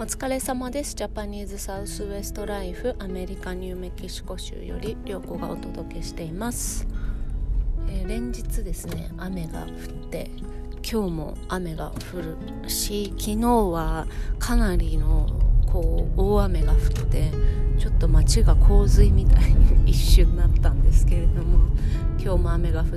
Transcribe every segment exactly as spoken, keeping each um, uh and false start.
お疲れ様です。ジャパニーズサウスウエストライフアメリカニューメキシコ州より涼子がお届けしています。えー、連日ですね雨が降って今日も雨が降るし、昨日はかなりのこう大雨が降ってちょっと街が洪水みたいに一瞬なったんですけれども、今日も雨が降って、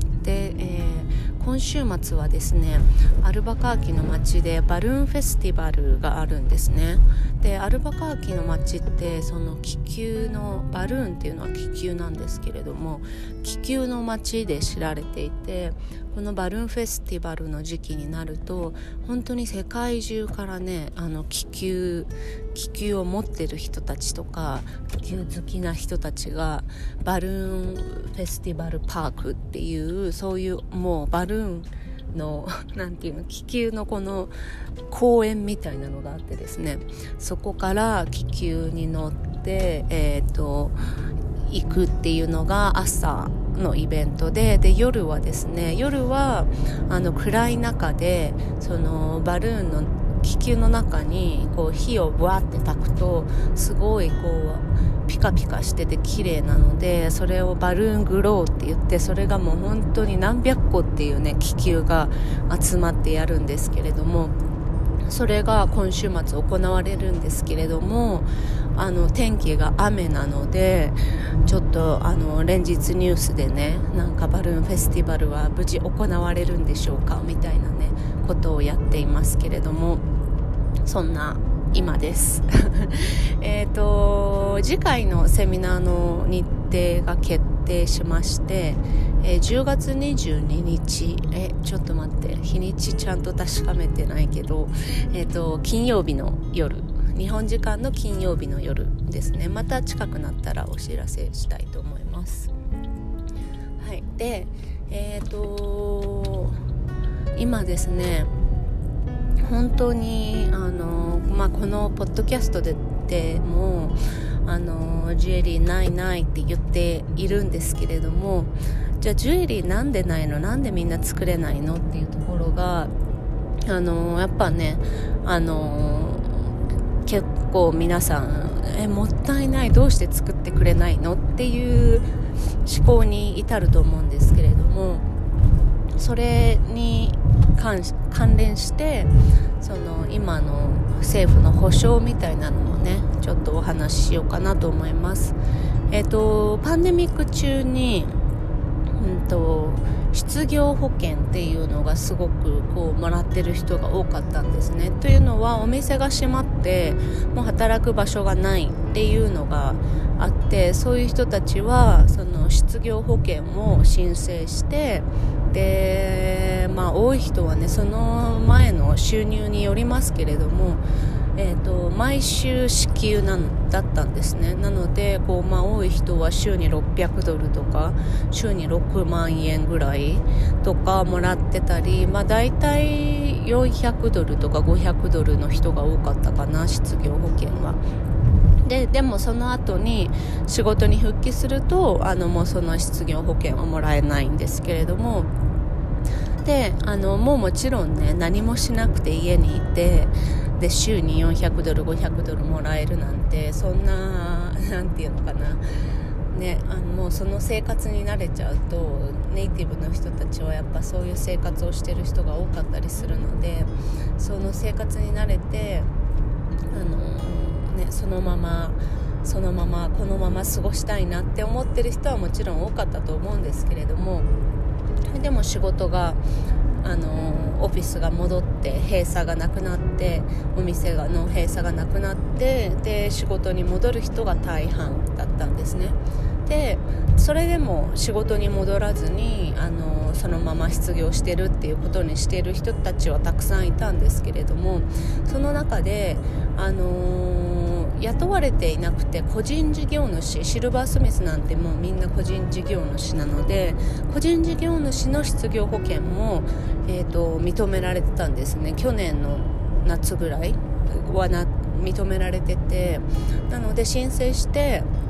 えー、今週末はですねアルバカーキの街でバルーンフェスティバルがあるんですね。でアルバカーキの街ってその気球のバルーンっていうのは気球なんですけれども、気球の街で知られていて、このバルーンフェスティバルの時期になると本当に世界中からねあの気球気球を持ってる人たちとか気球好きな人たちがバルーンフェスティバルパークっていうそういうもうバルーンのなんていうの気球のこの公園みたいなのがあってですね、そこから気球に乗ってえっと行くっていうのが朝のイベントで、で夜はですね夜はあの暗い中でそのバルーンの気球の中にこう火をブワって焚くとすごいこうピカピカしてて綺麗なので、それをバルーングローって言って、それがもう本当に何百個っていうね気球が集まってやるんですけれども、それが今週末行われるんですけれども、あの天気が雨なのでちょっとあの連日ニュースでねなんかバルーンフェスティバルは無事行われるんでしょうかみたいなねことをやっていますけれども、そんな今ですえっと次回のセミナーの日程が決定しまして、えー、じゅうがつにじゅうににちえちょっと待って日にちちゃんと確かめてないけど、えっと金曜日の夜、日本時間の金曜日の夜ですね。また近くなったらお知らせしたいと思います。はい、でえっと今ですね本当にあの、まあ、このポッドキャストででもあのジュエリーないないって言っているんですけれども、じゃあジュエリーなんでないの、なんでみんな作れないのっていうところがあのやっぱねあの結構皆さんえもったいない、どうして作ってくれないのっていう思考に至ると思うんですけれども、それに関, 関連してその今の政府の保障みたいなのもねちょっとお話ししようかなと思います。えっとパンデミック中に、うんと失業保険っていうのがすごくこうもらってる人が多かったんですね。というのはお店が閉まってもう働く場所がないっていうのがあって、そういう人たちはその失業保険を申請して、でまあ多い人はねその前の収入によりますけれども、えー、と毎週支給なんだったんですね。なのでこう、まあ、多い人は週にろっぴゃくドルとか週にろくまんえんぐらいとかもらってたり、まあ、だいたいよんひゃくドルとかごひゃくドルの人が多かったかな、失業保険は。で, でもその後に仕事に復帰するとあのもうその失業保険はもらえないんですけれども、であのもうもちろんね何もしなくて家にいてで週によんひゃくドルごひゃくドルもらえるなんて、そんななんていうのかなね、あのもうその生活に慣れちゃうとネイティブの人たちはやっぱそういう生活をしてる人が多かったりするので、その生活に慣れてあのね、そのままそのままこのまま過ごしたいなって思ってる人はもちろん多かったと思うんですけれども、でも仕事があのオフィスが戻って閉鎖がなくなってお店の閉鎖がなくなってで仕事に戻る人が大半だったんですね。でそれでも仕事に戻らずにあのそのまま失業してるっていうことにしている人たちはたくさんいたんですけれども、その中であの雇われていなくて個人事業主、シルバースミスなんてもうみんな個人事業主なので、個人事業主の失業保険も、えーと、認められてたんですね。去年の夏ぐらいはな認められてて、なので申請して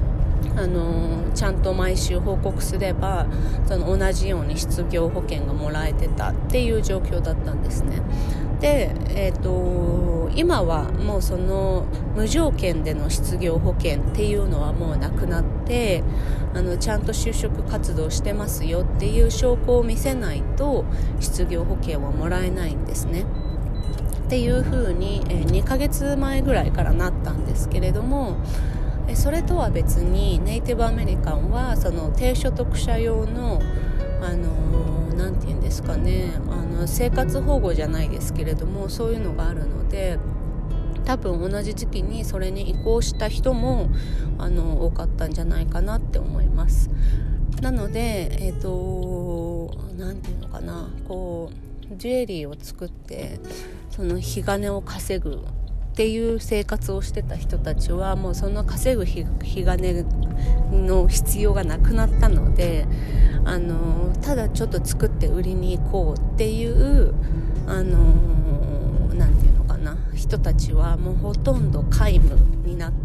あのちゃんと毎週報告すればその同じように失業保険がもらえてたっていう状況だったんですね。で、えーと、今はもうその無条件での失業保険っていうのはもうなくなって、あのちゃんと就職活動してますよっていう証拠を見せないと失業保険はもらえないんですねっていう風に、えー、にかげつまえぐらいからなったんですけれども、それとは別にネイティブアメリカンはその低所得者用のあのー、なんていうんですかね、あの生活保護じゃないですけれども、そういうのがあるので、多分同じ時期にそれに移行した人もあの多かったんじゃないかなって思います。なので、えっと、なんていうのかな、こうジュエリーを作ってその日金を稼ぐっていう生活をしてた人たちはもうその稼ぐ日金の必要がなくなったので、あのただちょっと作って売りに行こうっていうあのなんていうのかな、人たちはもうほとんど皆無になって、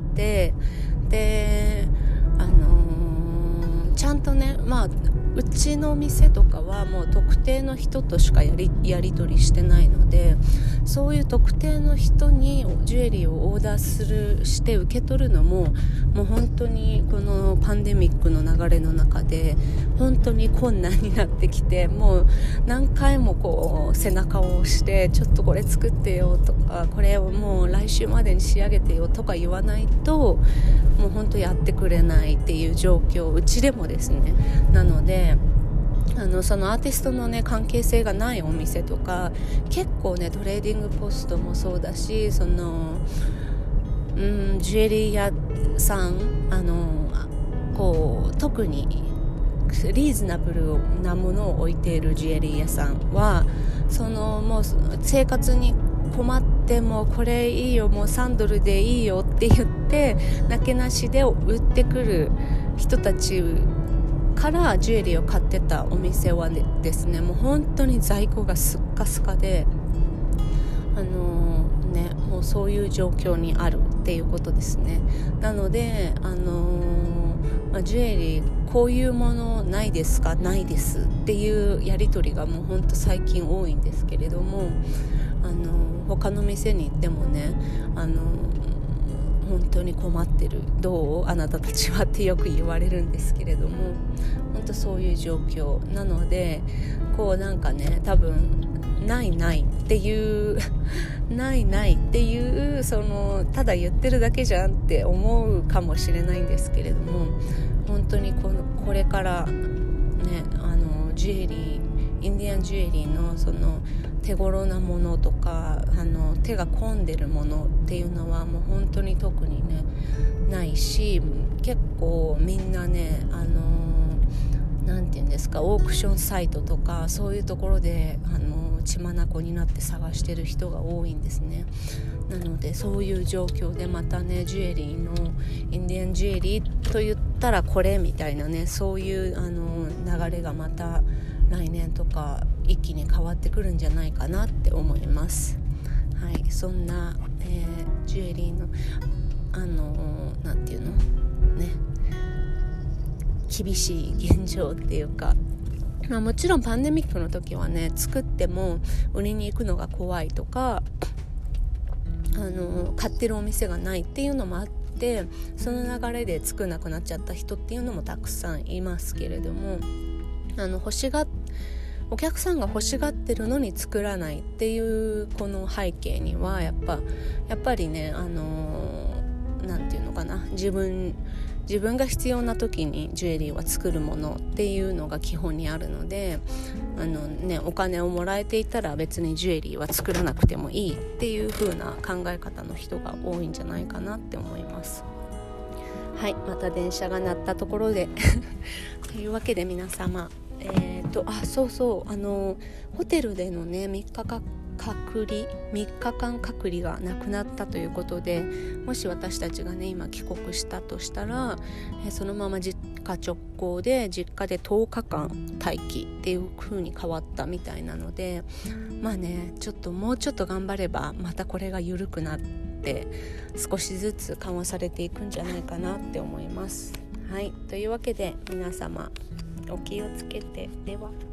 であのちゃんとね、まあうちの店とかはもう特定の人としかやり、やり取りしてないので、そういう特定の人にジュエリーをオーダーするして受け取るのももう本当にこのパンデミックの流れの中で本当に困難になってきて、もう何回もこう背中を押してちょっとこれ作ってよとか、これをもう来週までに仕上げてよとか言わないともう本当やってくれないっていう状況、うちでもですね。なのであのそのアーティストの、ね、関係性がないお店とか結構ね、トレーディングポストもそうだし、そのうんジュエリー屋さん、あのこう特にリーズナブルなものを置いているジュエリー屋さんはそのもう生活に困ってもこれいいよ、もうさんドルでいいよって言ってなけなしで売ってくる人たちからジュエリーを買ってたお店はですね、もう本当に在庫がスッカスカで、あのー、ね、もうそういう状況にあるっていうことですね。なので、あのーまあ、ジュエリーこういうものないですか、ないですっていうやり取りがもう本当最近多いんですけれども、あのー、他の店に行ってもね、あのー本当に困ってる、どうあなたたちはってよく言われるんですけれども、本当そういう状況なので、こうなんかね、多分ないないっていうないないっていうそのただ言ってるだけじゃんって思うかもしれないんですけれども、本当にこのこれからね、あのジュエリーインディアンジュエリーのその手頃なものとか、あの手が込んでるものっていうのはもう本当に特にねないし、結構みんなね、あのなんていうんですか、オークションサイトとかそういうところであの血眼になって探してる人が多いんですね。なのでそういう状況でまたね、ジュエリーのインディアンジュエリーと言ったらこれみたいなね、そういうあの流れがまた来年とか一気に変わってくるんじゃないかなって思います。はい、そんな、えー、ジュエリーのあのー、なんていうのね、厳しい現状っていうか、まあ、もちろんパンデミックの時はね、作っても売りに行くのが怖いとか、あのー、買ってるお店がないっていうのもあって、その流れで作らなくなっちゃった人っていうのもたくさんいますけれども、あの欲しがお客さんが欲しがってるのに作らないっていうこの背景にはやっぱやっぱりね、あのー、なんていうのかな、自分自分が必要な時にジュエリーは作るものっていうのが基本にあるので、あのね、お金をもらえていたら別にジュエリーは作らなくてもいいっていう風な考え方の人が多いんじゃないかなって思います。はい、また電車が鳴ったところでというわけで皆様、えーとあそうそうあのホテルでのねみっかかん隔離みっかかん隔離がなくなったということで、もし私たちがね今帰国したとしたら、えー、そのまま実家直行で実家でとおかかん待機っていう風に変わったみたいなので、まあね、ちょっともうちょっと頑張ればまたこれが緩くなって少しずつ緩和されていくんじゃないかなって思います。 はい、というわけで皆様お気をつけて。では。